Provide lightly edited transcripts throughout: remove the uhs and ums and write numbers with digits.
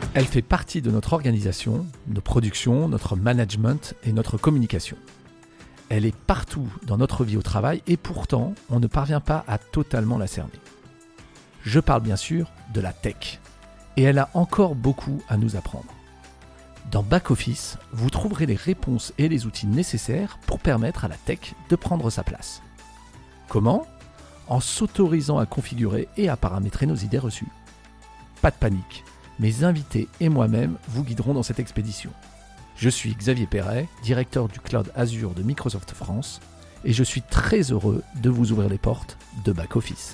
Elle fait partie de notre organisation, nos productions, notre management et notre communication. Elle est partout dans notre vie au travail et pourtant, on ne parvient pas à totalement la cerner. Je parle bien sûr de la tech. Et elle a encore beaucoup à nous apprendre. Dans Back Office, vous trouverez les réponses et les outils nécessaires pour permettre à la tech de prendre sa place. Comment ? En s'autorisant à configurer et à paramétrer nos idées reçues. Pas de panique, mes invités et moi-même vous guiderons dans cette expédition. Je suis Xavier Perret, directeur du Cloud Azure de Microsoft France, et je suis très heureux de vous ouvrir les portes de Back Office.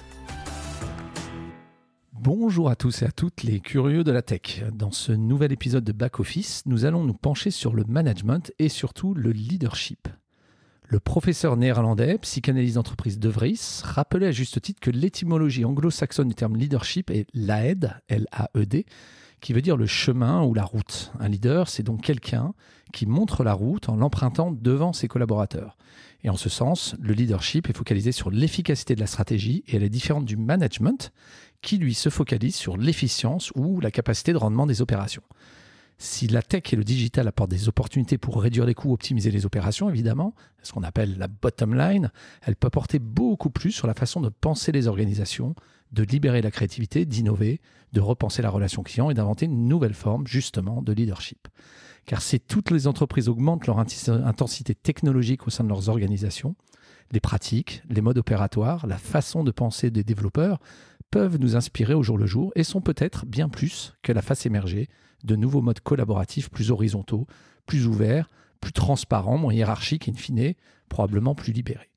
Bonjour à tous et à toutes les curieux de la tech. Dans ce nouvel épisode de Back Office, nous allons nous pencher sur le management et surtout le leadership. Le professeur néerlandais, psychanalyste d'entreprise De Vries, rappelait à juste titre que l'étymologie anglo-saxonne du terme leadership est l'AED, L-A-E-D, qui veut dire le chemin ou la route. Un leader, c'est donc quelqu'un qui montre la route en l'empruntant devant ses collaborateurs. Et en ce sens, le leadership est focalisé sur l'efficacité de la stratégie et elle est différente du management qui, lui, se focalise sur l'efficience ou la capacité de rendement des opérations. Si la tech et le digital apportent des opportunités pour réduire les coûts, optimiser les opérations, évidemment, ce qu'on appelle la bottom line, elle peut apporter beaucoup plus sur la façon de penser les organisations, de libérer la créativité, d'innover, de repenser la relation client et d'inventer une nouvelle forme, justement, de leadership. Car si toutes les entreprises augmentent leur intensité technologique au sein de leurs organisations, les pratiques, les modes opératoires, la façon de penser des développeurs peuvent nous inspirer au jour le jour et sont peut-être bien plus que la face émergée de nouveaux modes collaboratifs plus horizontaux, plus ouverts, plus transparents, moins hiérarchiques, in fine, probablement plus libérés.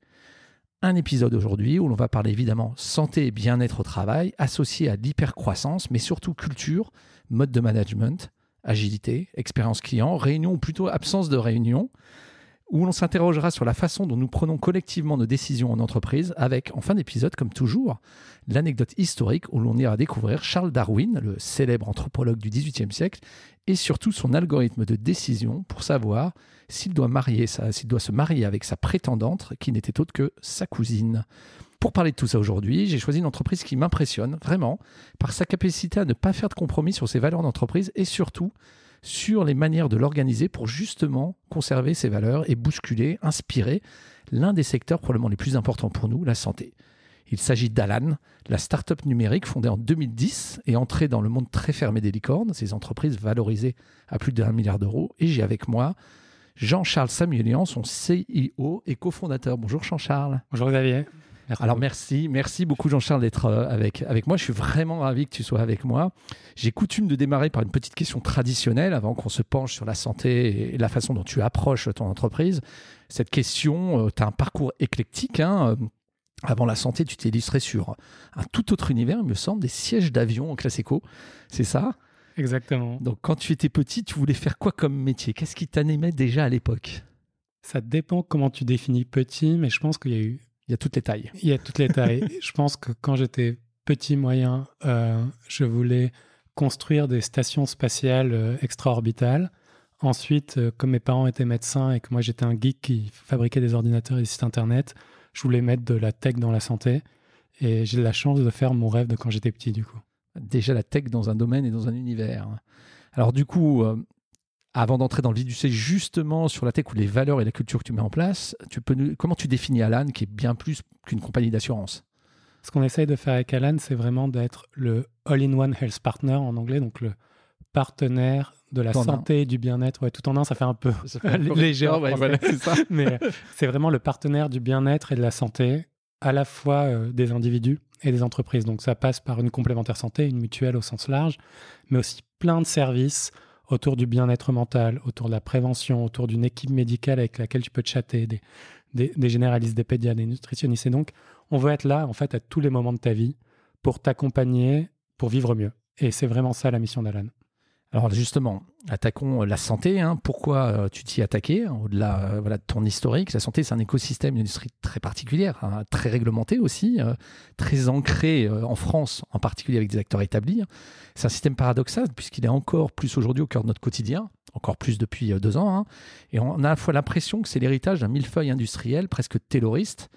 Un épisode aujourd'hui où l'on va parler évidemment santé et bien-être au travail, associé à l'hypercroissance, mais surtout culture, mode de management, agilité, expérience client, réunion ou plutôt absence de réunion, où l'on s'interrogera sur la façon dont nous prenons collectivement nos décisions en entreprise avec, en fin d'épisode, comme toujours, l'anecdote historique où l'on ira découvrir Charles Darwin, le célèbre anthropologue du XVIIIe siècle, et surtout son algorithme de décision pour savoir s'il doit se marier avec sa prétendante, qui n'était autre que sa cousine. Pour parler de tout ça aujourd'hui, j'ai choisi une entreprise qui m'impressionne vraiment par sa capacité à ne pas faire de compromis sur ses valeurs d'entreprise et surtout sur les manières de l'organiser pour justement conserver ses valeurs et bousculer, inspirer l'un des secteurs probablement les plus importants pour nous, la santé. Il s'agit d'Alan, la start-up numérique fondée en 2010 et entrée dans le monde très fermé des licornes, ces entreprises valorisées à plus d'1 milliard d'euros. Et j'ai avec moi Jean-Charles Samuelian, son CEO et cofondateur. Bonjour Jean-Charles. Bonjour Xavier. Alors merci beaucoup Jean-Charles d'être avec moi. Je suis vraiment ravi que tu sois avec moi. J'ai coutume de démarrer par une petite question traditionnelle avant qu'on se penche sur la santé et la façon dont tu approches ton entreprise. Cette question, tu as un parcours éclectique. Avant la santé, tu t'es illustré sur un tout autre univers, il me semble, des sièges d'avion en classe éco. C'est ça ? Exactement. Donc quand tu étais petit, tu voulais faire quoi comme métier ? Qu'est-ce qui t'animait déjà à l'époque ? Ça dépend comment tu définis petit, mais je pense qu'il y a eu... Il y a toutes les tailles. Il y a toutes les tailles. Je pense que quand j'étais petit, moyen, je voulais construire des stations spatiales extra-orbitales. Ensuite, comme mes parents étaient médecins et que moi j'étais un geek qui fabriquait des ordinateurs et des sites internet, je voulais mettre de la tech dans la santé. Et j'ai la chance de faire mon rêve de quand j'étais petit, du coup. Déjà la tech dans un domaine et dans un univers. Alors du coup... Avant d'entrer dans le vif du sujet, justement sur la tech ou les valeurs et la culture que tu mets en place, comment tu définis Alan, qui est bien plus qu'une compagnie d'assurance ? Ce qu'on essaye de faire avec Alan, c'est vraiment d'être le all-in-one health partner en anglais, donc le partenaire de la santé et du bien-être. Ouais, tout en un, ça fait un peu léger. Voilà, c'est ça. Mais c'est vraiment le partenaire du bien-être et de la santé, à la fois des individus et des entreprises. Donc ça passe par une complémentaire santé, une mutuelle au sens large, mais aussi plein de services autour du bien-être mental, autour de la prévention, autour d'une équipe médicale avec laquelle tu peux chatter, des généralistes, des pédiatres, des nutritionnistes. Et donc, on veut être là, en fait, à tous les moments de ta vie pour t'accompagner, pour vivre mieux. Et c'est vraiment ça, la mission d'Alan. Alors justement, attaquons la santé. Pourquoi tu t'y es attaqué ? Au-delà de ton historique, la santé, c'est un écosystème, une industrie très particulière, très réglementée aussi, très ancrée en France, en particulier avec des acteurs établis. C'est un système paradoxal puisqu'il est encore plus aujourd'hui au cœur de notre quotidien, encore plus depuis 2 ans. Et on a à la fois l'impression que c'est l'héritage d'un millefeuille industriel presque tayloriste,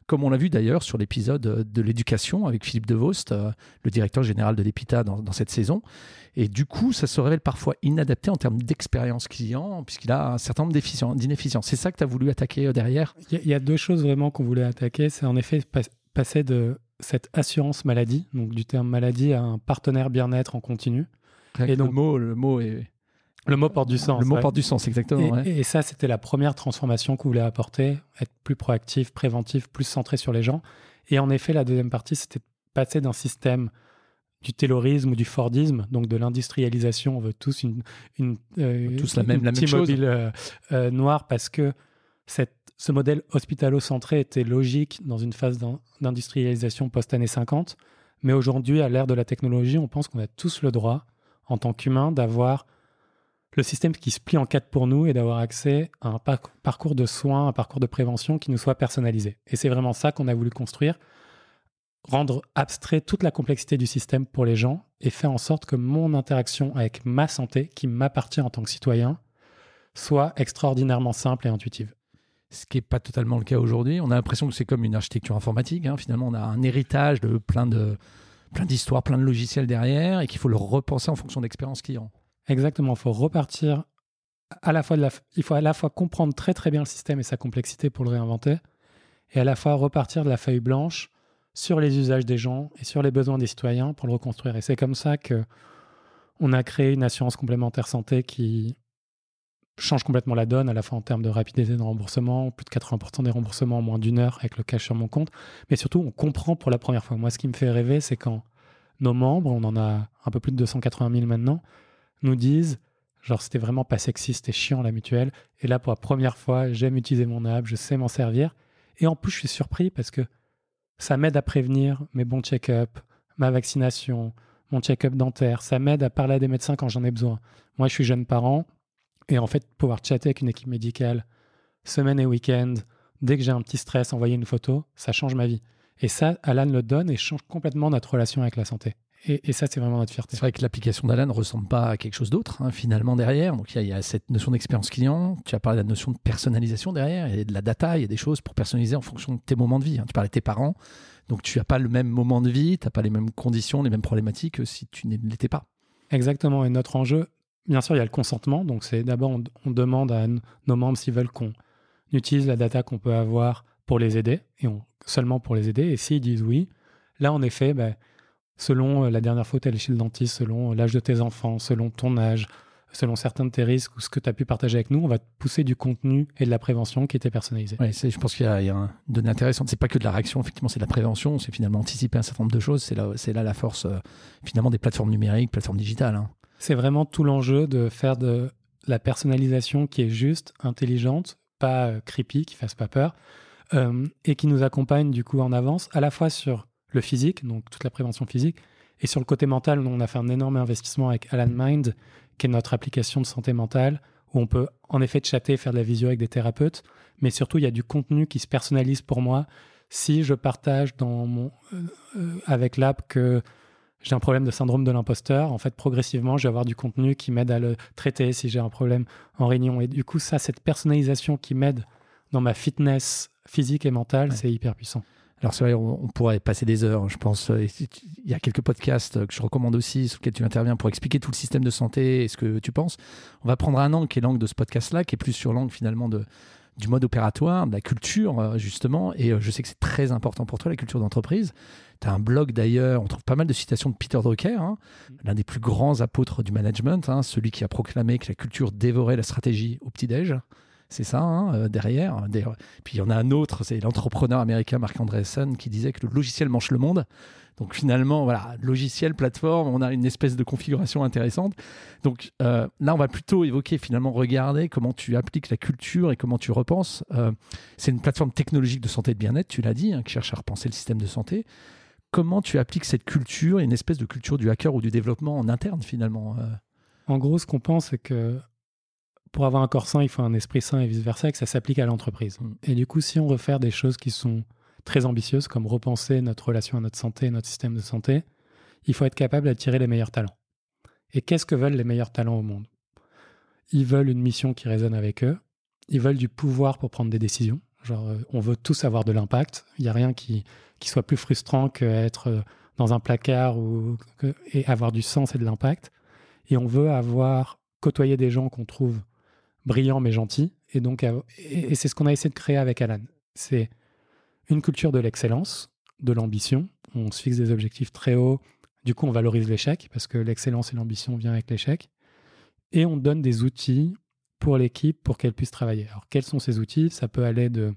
comme on l'a vu d'ailleurs sur l'épisode de l'éducation avec Philippe Devost, le directeur général de l'EPITA dans cette saison. Et du coup, ça se révèle parfois inadapté en termes d'expérience client, puisqu'il a un certain nombre d'inefficiences. C'est ça que tu as voulu attaquer derrière ? Il y a deux choses vraiment qu'on voulait attaquer. C'est en effet passer de cette assurance maladie, donc du terme maladie, à un partenaire bien-être en continu. Et donc, le mot est... Le mot porte du sens. Le mot porte du sens, exactement. Et ça, c'était la première transformation qu'on voulait apporter, être plus proactif, préventif, plus centré sur les gens. Et en effet, la deuxième partie, c'était passer d'un système du taylorisme ou du fordisme, donc de l'industrialisation. On veut tous tous la même chose. Mobile noir, parce que ce modèle hospitalo-centré était logique dans une phase d'industrialisation post-années 50. Mais aujourd'hui, à l'ère de la technologie, on pense qu'on a tous le droit, en tant qu'humain, d'avoir le système qui se plie en quatre pour nous et d'avoir accès à un parcours de soins, un parcours de prévention qui nous soit personnalisé. Et c'est vraiment ça qu'on a voulu construire, rendre abstrait toute la complexité du système pour les gens et faire en sorte que mon interaction avec ma santé, qui m'appartient en tant que citoyen, soit extraordinairement simple et intuitive. Ce qui n'est pas totalement le cas aujourd'hui. On a l'impression que c'est comme une architecture informatique. Finalement, on a un héritage de plein d'histoires, plein de logiciels derrière et qu'il faut le repenser en fonction de l'expérience client. Exactement, il faut repartir il faut à la fois comprendre très très bien le système et sa complexité pour le réinventer, et à la fois repartir de la feuille blanche sur les usages des gens et sur les besoins des citoyens pour le reconstruire. Et c'est comme ça qu'on a créé une assurance complémentaire santé qui change complètement la donne, à la fois en termes de rapidité de remboursement, plus de 80% des remboursements en moins d'une heure avec le cash sur mon compte, mais surtout on comprend pour la première fois. Moi, ce qui me fait rêver, c'est quand nos membres, on en a un peu plus de 280 000 maintenant, nous disent, genre c'était vraiment pas sexy, c'était chiant la mutuelle, et là pour la première fois, j'aime utiliser mon app, je sais m'en servir, et en plus je suis surpris parce que ça m'aide à prévenir mes bons check-up, ma vaccination, mon check-up dentaire, ça m'aide à parler à des médecins quand j'en ai besoin. Moi je suis jeune parent, et en fait pouvoir chatter avec une équipe médicale, semaine et week-end, dès que j'ai un petit stress, envoyer une photo, ça change ma vie. Et ça, Alan le donne et change complètement notre relation avec la santé. Et ça, c'est vraiment notre fierté. C'est vrai que l'application d'Alan ne ressemble pas à quelque chose d'autre, finalement, derrière. Donc, il y a cette notion d'expérience client. Tu as parlé de la notion de personnalisation derrière. Il y a de la data, il y a des choses pour personnaliser en fonction de tes moments de vie. Tu parlais de tes parents. Donc, tu n'as pas le même moment de vie, tu n'as pas les mêmes conditions, les mêmes problématiques que si tu ne l'étais pas. Exactement. Et notre enjeu, bien sûr, il y a le consentement. Donc, c'est d'abord, on demande à nos membres s'ils veulent qu'on utilise la data qu'on peut avoir pour les aider, seulement pour les aider. Et s'ils disent oui, là, en effet, selon la dernière fois où tu es allé chez le dentiste, selon l'âge de tes enfants, selon ton âge, selon certains de tes risques ou ce que tu as pu partager avec nous, on va te pousser du contenu et de la prévention qui était personnalisée. Oui, je pense qu'il y a une donnée intéressante. C'est pas que de la réaction, effectivement, c'est de la prévention. C'est finalement anticiper un certain nombre de choses. C'est là la force, finalement, des plateformes numériques, plateformes digitales. C'est vraiment tout l'enjeu de faire de la personnalisation qui est juste, intelligente, pas creepy, qui fasse pas peur, et qui nous accompagne du coup en avance, à la fois sur le physique, donc toute la prévention physique, et sur le côté mental, on a fait un énorme investissement avec Alan Mind, qui est notre application de santé mentale, où on peut en effet chatter, faire de la visio avec des thérapeutes, mais surtout il y a du contenu qui se personnalise pour moi. Si je partage avec l'app que j'ai un problème de syndrome de l'imposteur, en fait progressivement je vais avoir du contenu qui m'aide à le traiter si j'ai un problème en réunion. Et du coup cette personnalisation qui m'aide dans ma fitness physique et mentale, c'est hyper puissant. Alors c'est vrai, on pourrait passer des heures, je pense. Il y a quelques podcasts que je recommande aussi, sur lesquels tu interviens pour expliquer tout le système de santé et ce que tu penses. On va prendre un angle qui est l'angle de ce podcast-là, qui est plus sur l'angle finalement du mode opératoire, de la culture justement. Et je sais que c'est très important pour toi, la culture d'entreprise. Tu as un blog d'ailleurs, on trouve pas mal de citations de Peter Drucker, l'un des plus grands apôtres du management, celui qui a proclamé que la culture dévorait la stratégie au petit-déj. C'est ça, derrière. Puis il y en a un autre, c'est l'entrepreneur américain Marc Andreessen qui disait que le logiciel mange le monde. Donc finalement, voilà, logiciel, plateforme, on a une espèce de configuration intéressante. Donc là, on va plutôt évoquer, finalement, regarder comment tu appliques la culture et comment tu repenses. C'est une plateforme technologique de santé et de bien-être, tu l'as dit, qui cherche à repenser le système de santé. Comment tu appliques cette culture, une espèce de culture du hacker ou du développement en interne, finalement En gros, ce qu'on pense, c'est que pour avoir un corps sain, il faut un esprit sain et vice-versa, et que ça s'applique à l'entreprise. Et du coup, si on veut faire des choses qui sont très ambitieuses, comme repenser notre relation à notre santé, notre système de santé, il faut être capable d'attirer les meilleurs talents. Et qu'est-ce que veulent les meilleurs talents au monde ? Ils veulent une mission qui résonne avec eux, ils veulent du pouvoir pour prendre des décisions. Genre, on veut tous avoir de l'impact. Il n'y a rien qui soit plus frustrant qu'être dans un placard et avoir du sens et de l'impact. Et on veut côtoyer des gens qu'on trouve brillants mais gentils. Et donc, et c'est ce qu'on a essayé de créer avec Alan. C'est une culture de l'excellence, de l'ambition. On se fixe des objectifs très hauts. Du coup, on valorise l'échec parce que l'excellence et l'ambition viennent avec l'échec. Et on donne des outils pour l'équipe pour qu'elle puisse travailler. Alors, quels sont ces outils ? Ça peut aller de...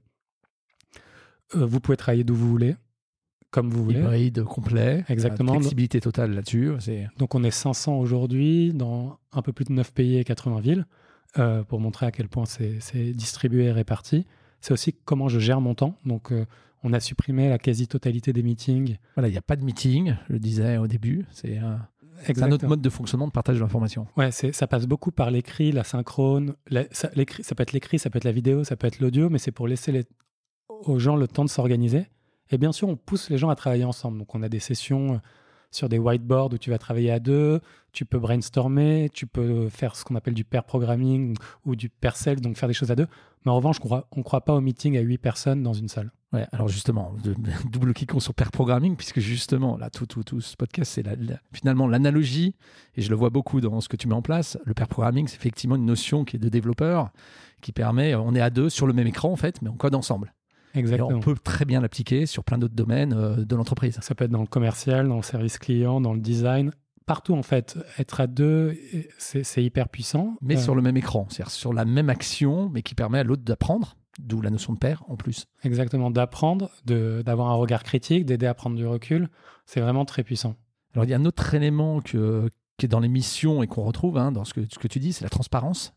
vous pouvez travailler d'où vous voulez, comme vous voulez. Hybride, complet. Exactement. Flexibilité totale là-dessus. Donc, on est 500 aujourd'hui dans un peu plus de 9 pays et 80 villes pour montrer à quel point c'est distribué et réparti. C'est aussi comment je gère mon temps. Donc, on a supprimé la quasi-totalité des meetings. Voilà, il n'y a pas de meeting, je le disais au début. C'est un autre mode de fonctionnement de partage de l'information. Ouais, ça passe beaucoup par l'écrit, la synchrone. Ça peut être l'écrit, ça peut être la vidéo, ça peut être l'audio, mais c'est pour laisser aux gens le temps de s'organiser. Et bien sûr, on pousse les gens à travailler ensemble. Donc, on a des sessions sur des whiteboards où tu vas travailler à deux, tu peux brainstormer, tu peux faire ce qu'on appelle du pair programming ou du pair self, donc faire des choses à deux. Mais en revanche, on ne croit pas au meeting à 8 personnes dans une salle. Ouais, alors justement, double cliquons sur pair programming, puisque justement, là, tout ce podcast, c'est finalement l'analogie, et je le vois beaucoup dans ce que tu mets en place. Le pair programming, c'est effectivement une notion qui est de développeur, qui permet, on est à deux sur le même écran, en fait, mais on code ensemble. Exactement. Et on peut très bien l'appliquer sur plein d'autres domaines de l'entreprise. Ça peut être dans le commercial, dans le service client, dans le design. Partout, en fait, être à deux, c'est hyper puissant. Mais sur le même écran, c'est-à-dire sur la même action, mais qui permet à l'autre d'apprendre, d'où la notion de pair en plus. Exactement, d'apprendre, d'avoir un regard critique, d'aider à prendre du recul. C'est vraiment très puissant. Alors, il y a un autre élément qui est dans les missions et qu'on retrouve dans ce que tu dis, c'est la transparence.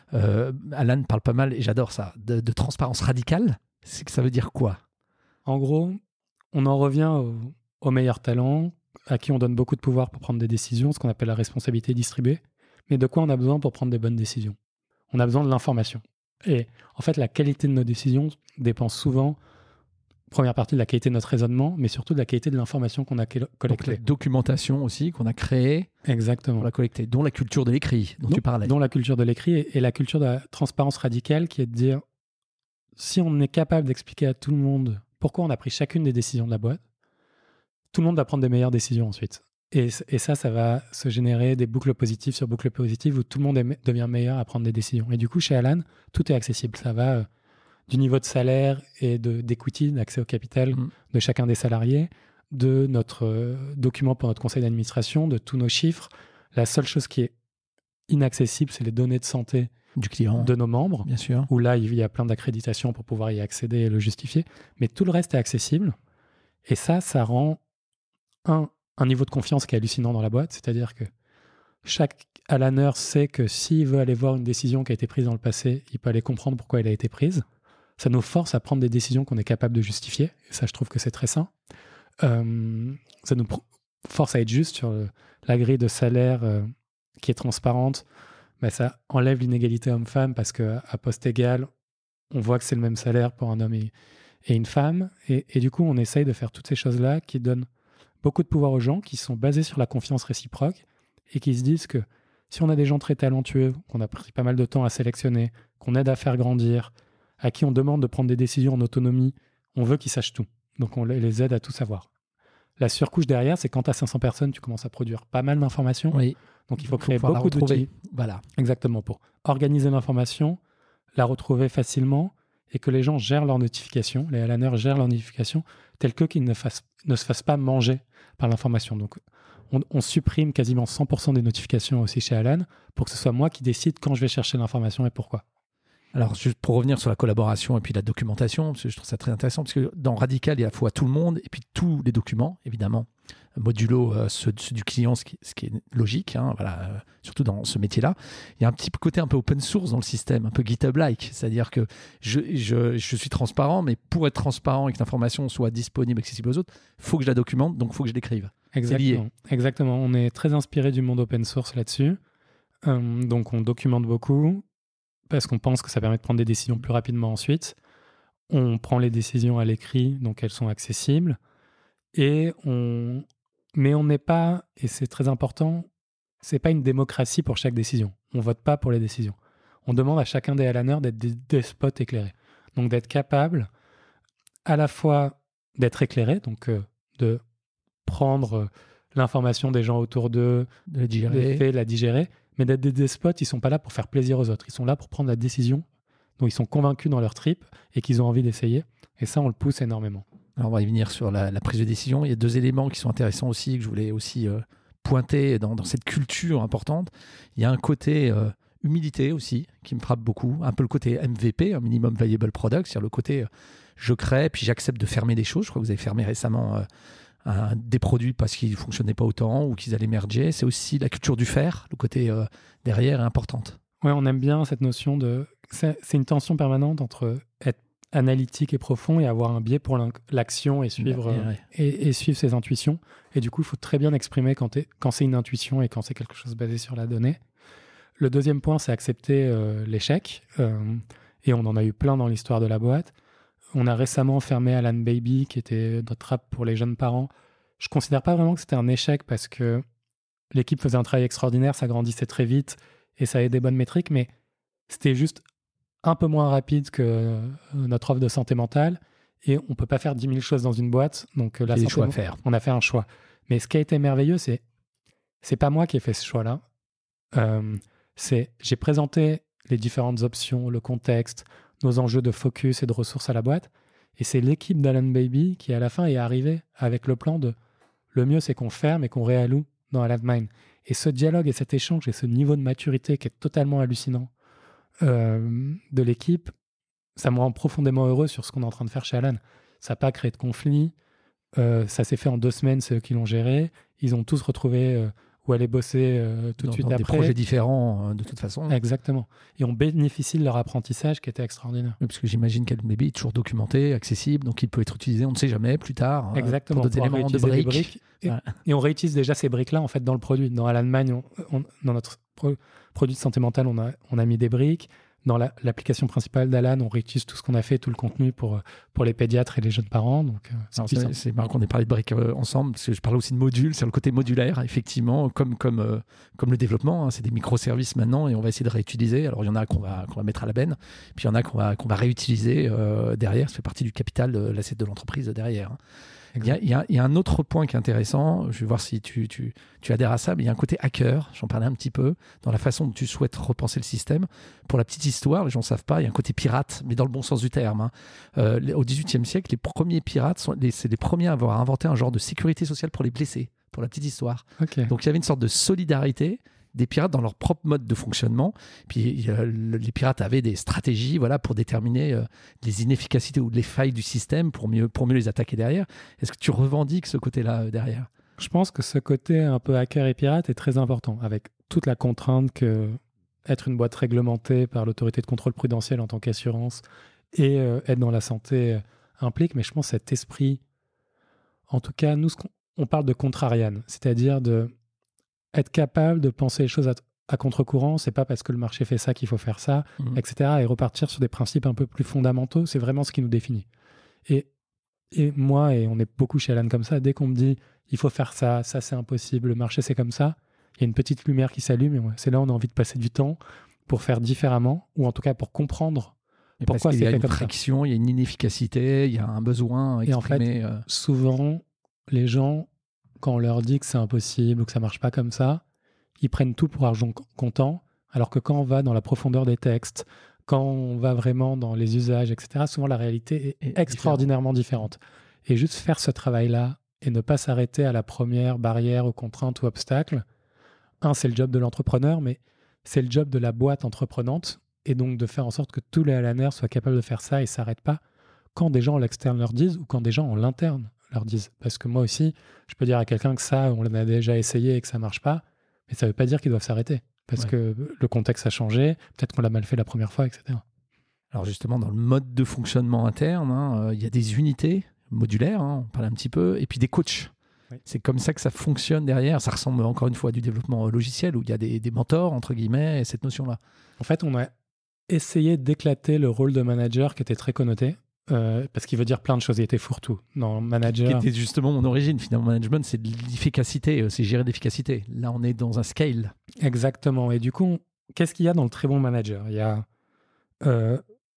Alan parle pas mal, et j'adore ça, de transparence radicale. C'est que ça veut dire quoi ? En gros, on en revient aux meilleurs talents, à qui on donne beaucoup de pouvoir pour prendre des décisions, ce qu'on appelle la responsabilité distribuée. Mais de quoi on a besoin pour prendre des bonnes décisions ? On a besoin de l'information. Et en fait, la qualité de nos décisions dépend souvent, première partie, de la qualité de notre raisonnement, mais surtout de la qualité de l'information qu'on a collectée. Donc la documentation aussi qu'on a créée. Exactement. Pour la collecter, dont la culture de l'écrit dont tu parlais. Dont la culture de l'écrit et la culture de la transparence radicale qui est de dire, si on est capable d'expliquer à tout le monde pourquoi on a pris chacune des décisions de la boîte, tout le monde va prendre des meilleures décisions ensuite. Et ça va se générer des boucles positives sur boucles positives où tout le monde devient meilleur à prendre des décisions. Et du coup, chez Alan, tout est accessible. Ça va du niveau de salaire et d'equity, d'accès au capital de chacun des salariés, de notre document pour notre conseil d'administration, de tous nos chiffres. La seule chose qui est inaccessible, c'est les données de santé du client, de nos membres, bien sûr. Où là, il y a plein d'accréditations pour pouvoir y accéder et le justifier. Mais tout le reste est accessible. Et ça rend un niveau de confiance qui est hallucinant dans la boîte. C'est-à-dire que chaque Alaner sait que s'il veut aller voir une décision qui a été prise dans le passé, il peut aller comprendre pourquoi elle a été prise. Ça nous force à prendre des décisions qu'on est capable de justifier. Et ça, je trouve que c'est très sain. Ça nous force à être juste sur la grille de salaire qui est transparente. Ben, ça enlève l'inégalité homme-femme parce qu'à poste égal, on voit que c'est le même salaire pour un homme et une femme. Et du coup, on essaye de faire toutes ces choses-là qui donnent beaucoup de pouvoir aux gens, qui sont basés sur la confiance réciproque et qui se disent que si on a des gens très talentueux, qu'on a pris pas mal de temps à sélectionner, qu'on aide à faire grandir, à qui on demande de prendre des décisions en autonomie, on veut qu'ils sachent tout. Donc on les aide à tout savoir. La surcouche derrière, c'est quand tu as 500 personnes, tu commences à produire pas mal d'informations. Oui. Donc il faut créer beaucoup d'outils. Voilà. Exactement, pour organiser l'information, la retrouver facilement et que les gens gèrent leurs notifications, les Alaners gèrent leurs notifications, telles que qu'ils ne se fassent pas manger par l'information. Donc on supprime quasiment 100% des notifications aussi chez Alan pour que ce soit moi qui décide quand je vais chercher l'information et pourquoi. Alors, juste pour revenir sur la collaboration et puis la documentation, parce que je trouve ça très intéressant, parce que dans Radical, il y a à la fois tout le monde et puis tous les documents, évidemment, modulo ceux du client, ce qui est logique, voilà, surtout dans ce métier-là. Il y a un petit côté un peu open source dans le système, un peu GitHub-like, c'est-à-dire que je suis transparent, mais pour être transparent et que l'information soit disponible, accessible aux autres, il faut que je la documente, donc il faut que je l'écrive. Exactement. Exactement. On est très inspiré du monde open source là-dessus. Donc, on documente beaucoup parce qu'on pense que ça permet de prendre des décisions plus rapidement ensuite. On prend les décisions à l'écrit, donc elles sont accessibles. Mais on n'est pas, et c'est très important, c'est pas une démocratie pour chaque décision. On vote pas pour les décisions. On demande à chacun des Alaners d'être des despotes éclairés. Donc d'être capable à la fois d'être éclairé, donc de prendre l'information des gens autour d'eux, de la digérer, la digérer, mais d'être des despotes, ils ne sont pas là pour faire plaisir aux autres. Ils sont là pour prendre la décision dont ils sont convaincus dans leur trip et qu'ils ont envie d'essayer. Et ça, on le pousse énormément. Alors, on va y venir sur la prise de décision. Il y a 2 éléments qui sont intéressants aussi, que je voulais aussi pointer dans cette culture importante. Il y a un côté humilité aussi, qui me frappe beaucoup. Un peu le côté MVP, un minimum viable product, c'est-à-dire le côté je crée, puis j'accepte de fermer des choses. Je crois que vous avez fermé récemment des produits parce qu'ils ne fonctionnaient pas autant ou qu'ils allaient merger. C'est aussi la culture du faire, le côté derrière est importante. Oui, on aime bien cette notion de... C'est une tension permanente entre être analytique et profond et avoir un biais pour l'action et suivre, et suivre ses intuitions. Et du coup, il faut très bien exprimer quand c'est une intuition et quand c'est quelque chose basé sur la donnée. Le deuxième point, c'est accepter l'échec. Et on en a eu plein dans l'histoire de la boîte. On a récemment fermé Alan Baby, qui était notre app pour les jeunes parents. Je ne considère pas vraiment que c'était un échec parce que l'équipe faisait un travail extraordinaire, ça grandissait très vite et ça avait des bonnes métriques, mais c'était juste un peu moins rapide que notre offre de santé mentale et on ne peut pas faire 10 000 choses dans une boîte. Donc la santé, choix à faire. On a fait un choix. Mais ce qui a été merveilleux, c'est pas moi qui ai fait ce choix-là. J'ai présenté les différentes options, le contexte, nos enjeux de focus et de ressources à la boîte. Et c'est l'équipe d'Alan Baby qui, à la fin, est arrivée avec le plan de le mieux, c'est qu'on ferme et qu'on réalloue dans Aladmind. Et ce dialogue et cet échange et ce niveau de maturité qui est totalement hallucinant de l'équipe, ça me rend profondément heureux sur ce qu'on est en train de faire chez Alan. Ça n'a pas créé de conflit. Ça s'est fait en 2 semaines, c'est eux qui l'ont géré. Ils ont tous retrouvé où aller bosser tout de suite après. Des projets différents, de toute façon. Exactement. Et on bénéficie de leur apprentissage qui était extraordinaire. Oui, parce que j'imagine qu'Alan Baby est toujours documenté, accessible, donc il peut être utilisé, on ne sait jamais, plus tard. Exactement. Pour d'autres éléments de briques. Et on réutilise déjà ces briques-là, en fait, dans le produit. Dans Aladmind, dans notre produit de santé mentale, on a mis des briques. Dans l'application principale d'Alan, on réutilise tout ce qu'on a fait, tout le contenu pour les pédiatres et les jeunes parents. Donc, c'est marrant qu'on ait parlé de briques ensemble, parce que je parlais aussi de modules, c'est le côté modulaire, effectivement, comme le développement. Hein, c'est des microservices maintenant et on va essayer de réutiliser. Alors, il y en a qu'on va mettre à la benne, puis il y en a qu'on va réutiliser derrière. Ça fait partie du capital, l'asset de l'entreprise derrière. Hein. Il y a un autre point qui est intéressant, je vais voir si tu adhères à ça, mais il y a un côté hacker, j'en parlais un petit peu, dans la façon dont tu souhaites repenser le système. Pour la petite histoire, les gens ne savent pas, il y a un côté pirate, mais dans le bon sens du terme. Hein. Au XVIIIe siècle, les premiers pirates, c'est les premiers à avoir inventé un genre de sécurité sociale pour les blessés, pour la petite histoire. Okay. Donc il y avait une sorte de solidarité des pirates dans leur propre mode de fonctionnement. Puis les pirates avaient des stratégies pour déterminer les inefficacités ou les failles du système pour mieux les attaquer derrière. Est-ce que tu revendiques ce côté-là derrière ? Je pense que ce côté un peu hacker et pirate est très important, avec toute la contrainte que être une boîte réglementée par l'autorité de contrôle prudentiel en tant qu'assurance et être dans la santé implique. Mais je pense que cet esprit, en tout cas, nous, on parle de contrarian, c'est-à-dire de être capable de penser les choses à contre-courant, c'est pas parce que le marché fait ça qu'il faut faire ça, etc. Et repartir sur des principes un peu plus fondamentaux, c'est vraiment ce qui nous définit. Et moi, et on est beaucoup chez Alan comme ça, dès qu'on me dit il faut faire ça c'est impossible, le marché c'est comme ça, il y a une petite lumière qui s'allume et c'est là où on a envie de passer du temps pour faire différemment, ou en tout cas pour comprendre pourquoi c'est fait comme ça. Il y a une friction, il y a une inefficacité, il y a un besoin exprimé. Et en fait, souvent, les gens, quand on leur dit que c'est impossible ou que ça marche pas comme ça, ils prennent tout pour argent comptant, alors que quand on va dans la profondeur des textes, quand on va vraiment dans les usages, etc., souvent la réalité est extraordinairement différente. Et juste faire ce travail-là et ne pas s'arrêter à la première barrière ou contrainte ou obstacle, c'est le job de l'entrepreneur, mais c'est le job de la boîte entreprenante, et donc de faire en sorte que tous les Alaners soient capables de faire ça et ne s'arrêtent pas quand des gens en l'externe leur disent ou quand des gens en l'interne leur disent. Parce que moi aussi, je peux dire à quelqu'un que ça, on l'a déjà essayé et que ça marche pas, mais ça veut pas dire qu'ils doivent s'arrêter. Parce que le contexte a changé, peut-être qu'on l'a mal fait la première fois, etc. Alors justement, dans le mode de fonctionnement interne, il y a des unités modulaires, on parle un petit peu, et puis des coachs. Oui. C'est comme ça que ça fonctionne derrière. Ça ressemble encore une fois à du développement logiciel où il y a des mentors, entre guillemets, et cette notion-là. En fait, on a essayé d'éclater le rôle de manager qui était très connoté. Parce qu'il veut dire plein de choses, il était fourre-tout. Non, manager... Qui était justement mon origine, finalement. Management, c'est de l'efficacité, c'est gérer l'efficacité. Là, on est dans un scale. Exactement. Et du coup, qu'est-ce qu'il y a dans le très bon manager ? Il y a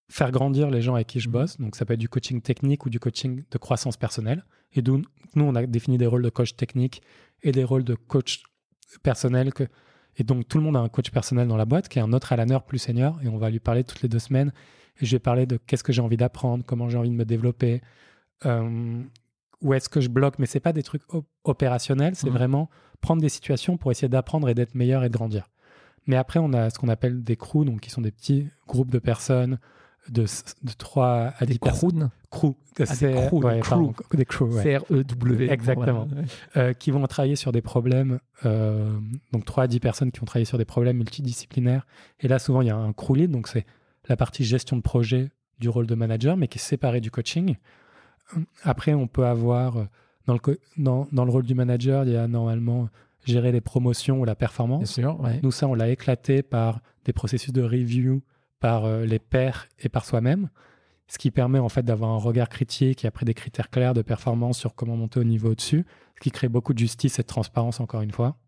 faire grandir les gens avec qui je bosse. Donc, ça peut être du coaching technique ou du coaching de croissance personnelle. Et d'où nous, on a défini des rôles de coach technique et des rôles de coach personnel. Et donc, tout le monde a un coach personnel dans la boîte qui est un autre Alaner plus senior. Et on va lui parler toutes les 2 semaines. Et je vais parler de qu'est-ce que j'ai envie d'apprendre, comment j'ai envie de me développer, où est-ce que je bloque. Mais ce n'est pas des trucs opérationnels. C'est vraiment prendre des situations pour essayer d'apprendre et d'être meilleur et de grandir. Mais après, on a ce qu'on appelle des crews, donc qui sont des petits groupes de personnes de 3 à 10 personnes. Crew. Des crews. Des crews, ouais. C-R-E-W. Exactement. Voilà. Qui vont travailler sur des problèmes, donc 3 à 10 personnes qui vont travailler sur des problèmes multidisciplinaires. Et là, souvent, il y a un crew lead, donc c'est la partie gestion de projet du rôle de manager, mais qui est séparée du coaching. Après, on peut avoir, dans le rôle du manager, il y a normalement gérer les promotions ou la performance. Bien sûr, ouais. Nous, ça, on l'a éclaté par des processus de review, par les pairs et par soi-même, ce qui permet en fait d'avoir un regard critique et après des critères clairs de performance sur comment monter au niveau au-dessus, ce qui crée beaucoup de justice et de transparence, encore une fois.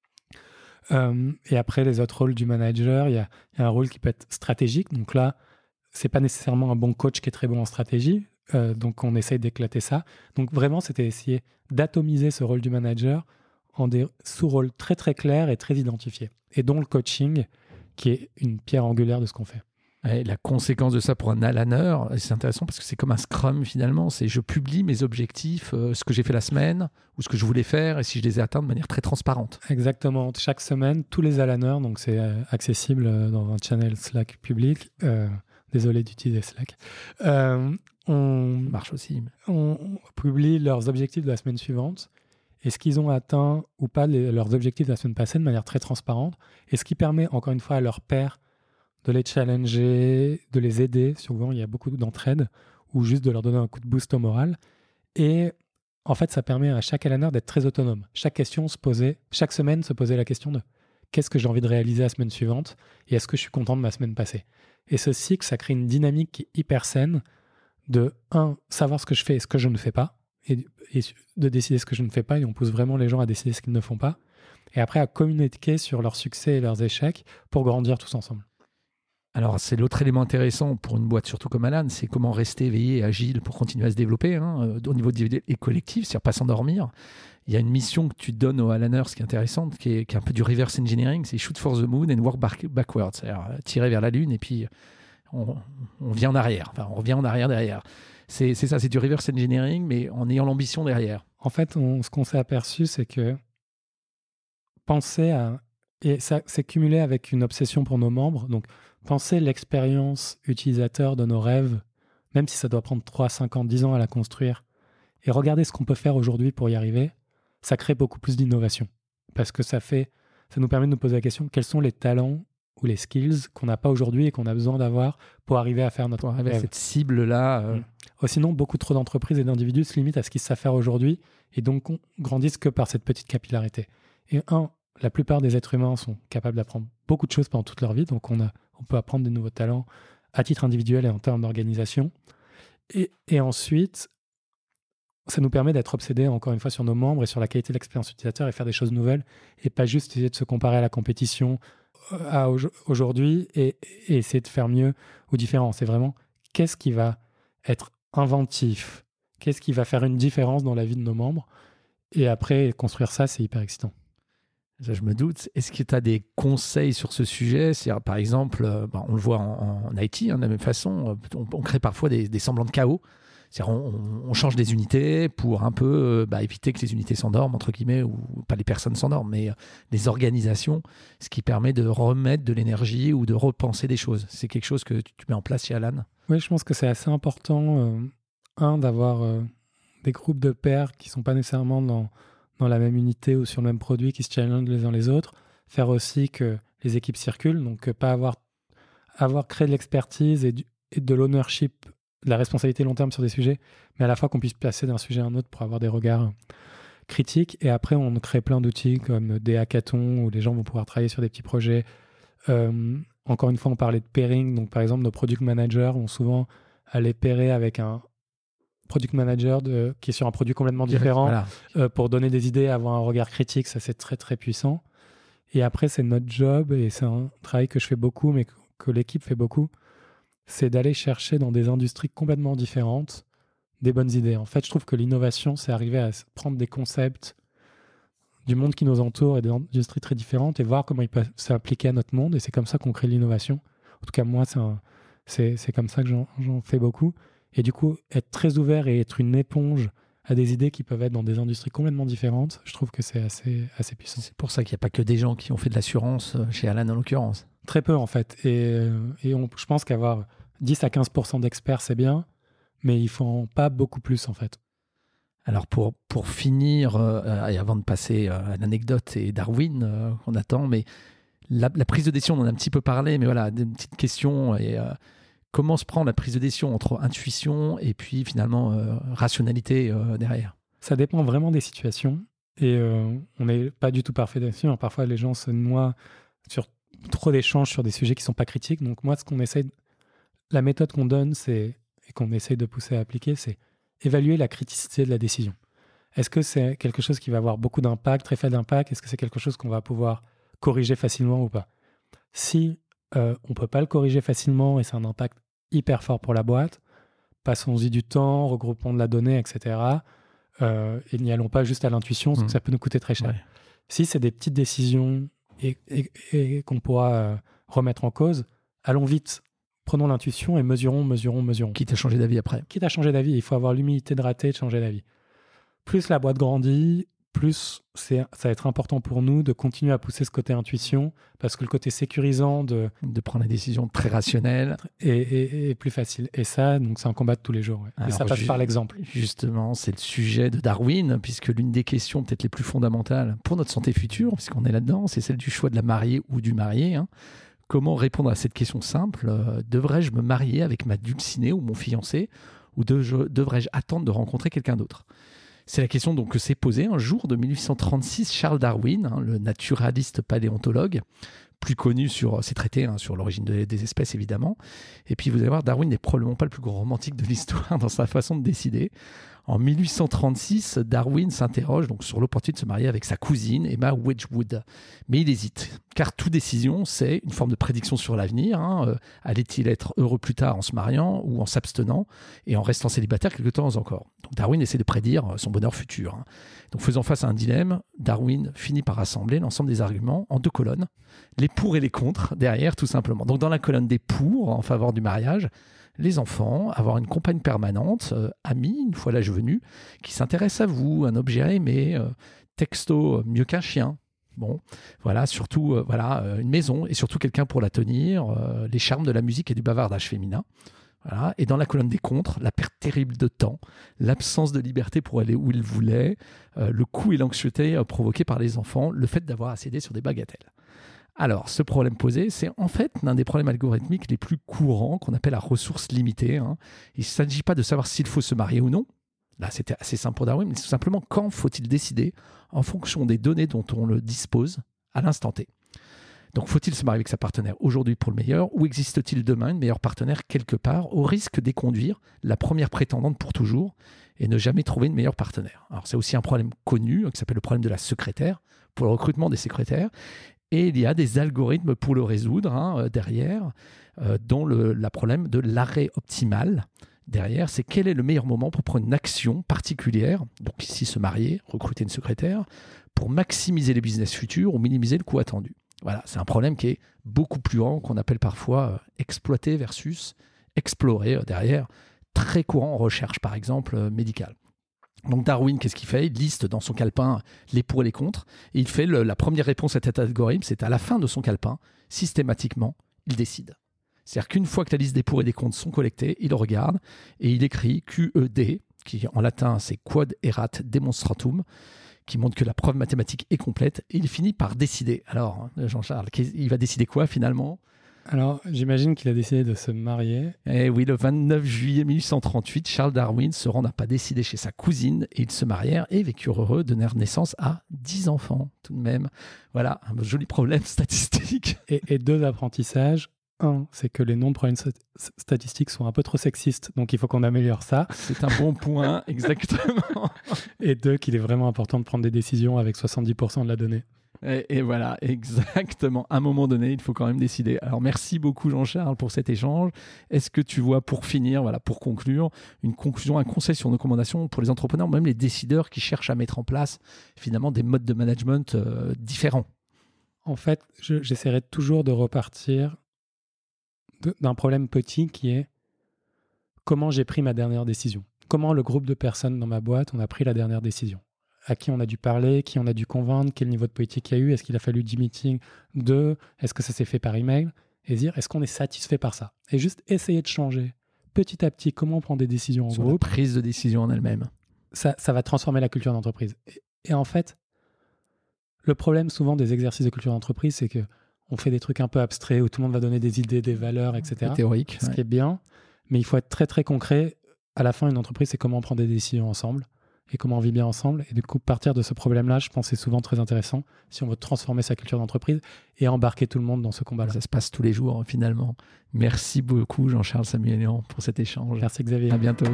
Et après, les autres rôles du manager, il y a un rôle qui peut être stratégique. Donc là, c'est pas nécessairement un bon coach qui est très bon en stratégie. Donc, on essaye d'éclater ça. Donc, vraiment, c'était essayer d'atomiser ce rôle du manager en des sous-rôles très, très clairs et très identifiés. Et dont le coaching, qui est une pierre angulaire de ce qu'on fait. Et la conséquence de ça pour un Alaner, c'est intéressant parce que c'est comme un Scrum finalement. C'est je publie mes objectifs, ce que j'ai fait la semaine ou ce que je voulais faire et si je les ai atteints de manière très transparente. Exactement. Chaque semaine, tous les Alaners, donc c'est accessible dans un channel Slack public. Désolé d'utiliser Slack. Marche aussi. On publie leurs objectifs de la semaine suivante et ce qu'ils ont atteint ou pas leurs objectifs de la semaine passée de manière très transparente. Et ce qui permet encore une fois à leurs pairs de les challenger, de les aider. Souvent, il y a beaucoup d'entraide ou juste de leur donner un coup de boost au moral. Et en fait, ça permet à chaque Alaner d'être très autonome. Chaque semaine se poser la question de qu'est-ce que j'ai envie de réaliser la semaine suivante et est-ce que je suis content de ma semaine passée. Et ce cycle, ça crée une dynamique qui est hyper saine de, savoir ce que je fais et ce que je ne fais pas, et de décider ce que je ne fais pas, et on pousse vraiment les gens à décider ce qu'ils ne font pas, et après à communiquer sur leurs succès et leurs échecs pour grandir tous ensemble. Alors, c'est l'autre élément intéressant pour une boîte, surtout comme Alan, c'est comment rester éveillé et agile pour continuer à se développer au niveau des collectifs, c'est-à-dire pas s'endormir. Il y a une mission que tu donnes aux Alaners qui est intéressante, qui est un peu du reverse engineering, c'est shoot for the moon and work backwards, c'est-à-dire tirer vers la lune et puis on vient en arrière, on revient en arrière derrière. C'est ça, c'est du reverse engineering, mais en ayant l'ambition derrière. En fait, ce qu'on s'est aperçu, c'est que penser à... Et ça s'est cumulé avec une obsession pour nos membres, donc penser l'expérience utilisateur de nos rêves, même si ça doit prendre 3, 5 ans, 10 ans à la construire, et regarder ce qu'on peut faire aujourd'hui pour y arriver, ça crée beaucoup plus d'innovation. Parce que ça nous permet de nous poser la question, quels sont les talents ou les skills qu'on n'a pas aujourd'hui et qu'on a besoin d'avoir pour arriver à faire notre rêve. Cette cible-là. Sinon, beaucoup trop d'entreprises et d'individus se limitent à ce qu'ils savent faire aujourd'hui et donc grandissent que par cette petite capillarité. Et la plupart des êtres humains sont capables d'apprendre beaucoup de choses pendant toute leur vie, donc on peut apprendre des nouveaux talents à titre individuel et en termes d'organisation. Et ensuite, ça nous permet d'être obsédés encore une fois sur nos membres et sur la qualité de l'expérience utilisateur et faire des choses nouvelles et pas juste essayer de se comparer à la compétition à aujourd'hui et essayer de faire mieux ou différent. C'est vraiment qu'est-ce qui va être inventif, qu'est-ce qui va faire une différence dans la vie de nos membres et après construire ça, c'est hyper excitant. Ça, je me doute. Est-ce que tu as des conseils sur ce sujet? C'est-à-dire, par exemple, on le voit en IT, de la même façon, on crée parfois des semblants de chaos. C'est-à-dire, on change des unités pour un peu éviter que les unités s'endorment, entre guillemets, ou pas les personnes s'endorment, mais les organisations, ce qui permet de remettre de l'énergie ou de repenser des choses. C'est quelque chose que tu mets en place chez Alan? Oui, je pense que c'est assez important, d'avoir des groupes de pairs qui ne sont pas nécessairement dans la même unité ou sur le même produit, qui se challengent les uns les autres. Faire aussi que les équipes circulent, donc pas avoir créé de l'expertise et de l'ownership, de la responsabilité long terme sur des sujets, mais à la fois qu'on puisse passer d'un sujet à un autre pour avoir des regards critiques. Et après, on crée plein d'outils comme des hackathons où les gens vont pouvoir travailler sur des petits projets. Encore une fois, on parlait de pairing. Donc, par exemple, nos product managers vont souvent aller pairer avec un product manager qui est sur un produit complètement différent pour donner des idées, avoir un regard critique. Ça, c'est très, très puissant. Et après, c'est notre job et c'est un travail que je fais beaucoup, mais que l'équipe fait beaucoup. c'est d'aller chercher dans des industries complètement différentes des bonnes idées. En fait, je trouve que l'innovation, c'est arriver à prendre des concepts du monde qui nous entoure et des industries très différentes et voir comment ils peuvent s'appliquer à notre monde. Et c'est comme ça qu'on crée l'innovation. En tout cas, moi, c'est comme ça que j'en fais beaucoup. Et du coup, être très ouvert et être une éponge à des idées qui peuvent être dans des industries complètement différentes, je trouve que c'est assez puissant. C'est pour ça qu'il n'y a pas que des gens qui ont fait de l'assurance, chez Alan en l'occurrence. Très peu, en fait. Et je pense qu'avoir 10 à 15% d'experts, c'est bien, mais il faut pas beaucoup plus, en fait. Alors pour finir, et avant de passer à l'anecdote et Darwin qu'on attend, mais la prise de décision, on en a un petit peu parlé, mais voilà, une petite question. Et, comment se prend la prise de décision entre intuition et puis finalement rationalité derrière? Ça dépend vraiment des situations. Et on n'est pas du tout parfait là-dessus. Parfois, les gens se noient sur trop d'échanges sur des sujets qui ne sont pas critiques. Donc moi, la méthode qu'on donne, et qu'on essaye de pousser à appliquer, c'est évaluer la criticité de la décision. Est-ce que c'est quelque chose qui va avoir beaucoup d'impact, très faible d'impact? Est-ce que c'est quelque chose qu'on va pouvoir corriger facilement ou pas? Si on ne peut pas le corriger facilement et c'est un impact hyper fort pour la boîte, passons-y du temps, regroupons de la donnée, etc. Et n'y allons pas juste à l'intuition, parce que ça peut nous coûter très cher. Ouais. Si c'est des petites décisions et qu'on pourra remettre en cause, allons vite. Prenons l'intuition et mesurons. Quitte à changer d'avis après. Quitte à changer d'avis. Il faut avoir l'humilité de rater et de changer d'avis. Plus la boîte grandit, plus ça va être important pour nous de continuer à pousser ce côté intuition, parce que le côté sécurisant de prendre des décisions très rationnelles est plus facile. Et ça, donc c'est un combat de tous les jours. Ouais. Alors, et ça passe par l'exemple. Justement, c'est le sujet de Darwin, puisque l'une des questions peut-être les plus fondamentales pour notre santé future, puisqu'on est là-dedans, c'est celle du choix de la mariée ou du marié. Hein. Comment répondre à cette question simple? Devrais-je me marier avec ma dulcinée ou mon fiancé, ou devrais-je attendre de rencontrer quelqu'un d'autre? C'est la question donc que s'est posée un jour de 1836 Charles Darwin, le naturaliste paléontologue, plus connu sur ses traités sur l'origine des espèces évidemment. Et puis vous allez voir, Darwin n'est probablement pas le plus grand romantique de l'histoire dans sa façon de décider. En 1836, Darwin s'interroge donc sur l'opportunité de se marier avec sa cousine Emma Wedgwood. Mais il hésite, car toute décision, c'est une forme de prédiction sur l'avenir. Allait-il être heureux plus tard en se mariant ou en s'abstenant et en restant célibataire quelque temps encore? Donc Darwin essaie de prédire son bonheur futur. Donc faisant face à un dilemme, Darwin finit par rassembler l'ensemble des arguments en 2 colonnes, les pour et les contre derrière tout simplement. Donc dans la colonne des pour en faveur du mariage, les enfants, avoir une compagne permanente, amie, une fois l'âge venu, qui s'intéresse à vous, un objet aimé, texto, mieux qu'un chien. Bon, voilà, surtout une maison et surtout quelqu'un pour la tenir, les charmes de la musique et du bavardage féminin. Voilà. Et dans la colonne des contres, la perte terrible de temps, l'absence de liberté pour aller où il voulait, le coût et l'anxiété provoqués par les enfants, le fait d'avoir à céder sur des bagatelles. Alors, ce problème posé, c'est en fait l'un des problèmes algorithmiques les plus courants qu'on appelle à ressources limitées. Il ne s'agit pas de savoir s'il faut se marier ou non. Là, c'était assez simple pour Darwin, mais tout simplement quand faut-il décider en fonction des données dont on le dispose à l'instant T. Donc, faut-il se marier avec sa partenaire aujourd'hui pour le meilleur, ou existe-t-il demain une meilleure partenaire quelque part, au risque d'éconduire la première prétendante pour toujours et ne jamais trouver une meilleure partenaire? Alors, c'est aussi un problème connu qui s'appelle le problème de la secrétaire, pour le recrutement des secrétaires. Et il y a des algorithmes pour le résoudre derrière, dont le problème de l'arrêt optimal. Derrière, c'est quel est le meilleur moment pour prendre une action particulière, donc ici se marier, recruter une secrétaire, pour maximiser les business futurs ou minimiser le coût attendu. Voilà, c'est un problème qui est beaucoup plus grand, qu'on appelle parfois exploiter versus explorer derrière, très courant en recherche, par exemple, médicale. Donc Darwin, qu'est-ce qu'il fait? Il liste dans son calepin les pour et les contre. Et il fait la première réponse à cet algorithme, c'est à la fin de son calepin, systématiquement, il décide. C'est-à-dire qu'une fois que la liste des pour et des contre sont collectés, il regarde et il écrit QED, qui en latin c'est quod erat demonstratum, qui montre que la preuve mathématique est complète, et il finit par décider. Alors, Jean-Charles, il va décider quoi finalement? Alors, j'imagine qu'il a décidé de se marier. Et oui, le 29 juillet 1838, Charles Darwin se rend à pas décider chez sa cousine et ils se marièrent et vécurent heureux, donnèrent naissance à 10 enfants tout de même. Voilà, un joli problème statistique. Et 2 apprentissages. Un, c'est que les nombres de problèmes statistiques sont un peu trop sexistes, donc il faut qu'on améliore ça. C'est un bon point, exactement. Et 2, qu'il est vraiment important de prendre des décisions avec 70% de la donnée. Et voilà, exactement. À un moment donné, il faut quand même décider. Alors, merci beaucoup, Jean-Charles, pour cet échange. Est-ce que tu vois, pour finir, voilà, pour conclure, une conclusion, un conseil sur nos recommandations pour les entrepreneurs, même les décideurs qui cherchent à mettre en place, finalement, des modes de management différents? En fait, j'essaierai toujours de repartir d'un problème petit qui est comment j'ai pris ma dernière décision. Comment le groupe de personnes dans ma boîte, on a pris la dernière décision. À qui on a dû parler, qui on a dû convaincre, quel niveau de politique il y a eu, est-ce qu'il a fallu 10 meetings, 2, est-ce que ça s'est fait par email, et dire est-ce qu'on est satisfait par ça. Et juste essayer de changer petit à petit comment on prend des décisions en Sur groupe. la prise de décision en elle-même. Ça va transformer la culture d'entreprise. Et en fait, le problème souvent des exercices de culture d'entreprise, c'est qu'on fait des trucs un peu abstraits où tout le monde va donner des idées, des valeurs, etc. C'est théorique. Ce qui est bien, mais il faut être très très concret. À la fin, une entreprise, c'est comment on prend des décisions ensemble et comment on vit bien ensemble. Et du coup, partir de ce problème-là, je pense que c'est souvent très intéressant si on veut transformer sa culture d'entreprise et embarquer tout le monde dans ce combat-là. Ça se passe tous les jours, finalement. Merci beaucoup, Jean-Charles Samuelian, pour cet échange. Merci, Xavier. À bientôt.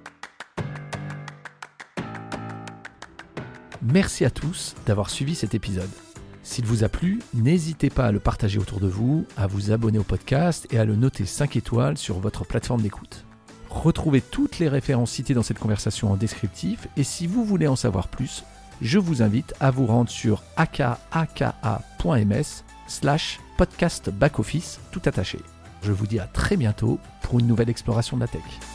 Merci à tous d'avoir suivi cet épisode. S'il vous a plu, n'hésitez pas à le partager autour de vous, à vous abonner au podcast et à le noter 5 étoiles sur votre plateforme d'écoute. Retrouvez toutes les références citées dans cette conversation en descriptif et si vous voulez en savoir plus, je vous invite à vous rendre sur aka.ms/podcast backoffice tout attaché. Je vous dis à très bientôt pour une nouvelle exploration de la tech.